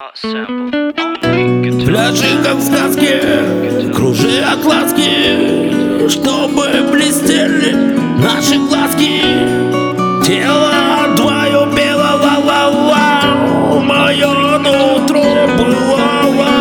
Пляжи, как в сказке, кружи отладки, чтобы блестели наши глазки. Тело твое бело, ла-ла-ла, мое нутро было.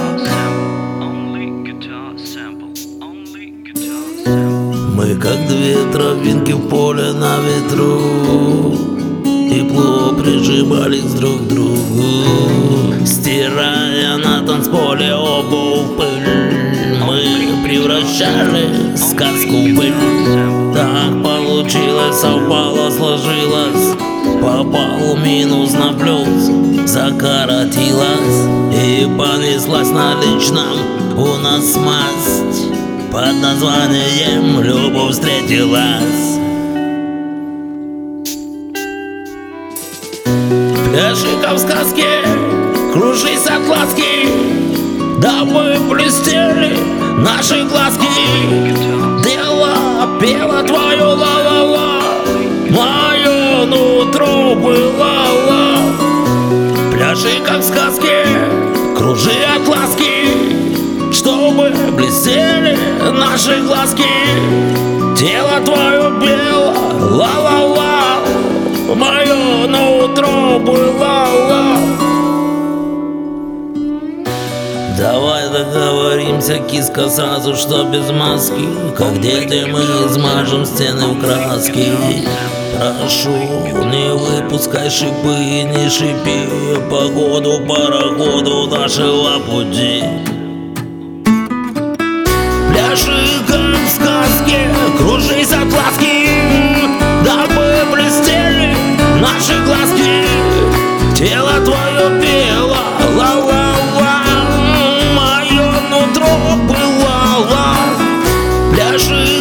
Мы как две травинки в поле на ветру, тепло прижимались друг к другу, стирая на танцполе обувь пыль. Мы превращали сказку в быль. Так получилось, совпало, сложилось, попал минус на плюс, закоротилась и понеслась на личном у нас масть. Под названием «Любовь встретилась». Пляжи, как в сказке, кружись отладки, дабы блестели наши глазки. Дело пело твое ла-ла-ла, мое нутро было ла. Пляжи, как в сказке, кружи отладки, чтобы блестели наши глазки. Тело твое бело, ла-ла-ла, мое нутро было ла. Давай договоримся, киска, сразу, что без маски. Как дети мы измажем стены в краски. Прошу, не выпускай шипы и не шипи по ходу пароходу нашего пути. Пляжи, как в сказке, кружись отладки, дабы блестели наши глазки. Тело твое пело, ла-ла-ла, мое нутро было ла. Пляжи,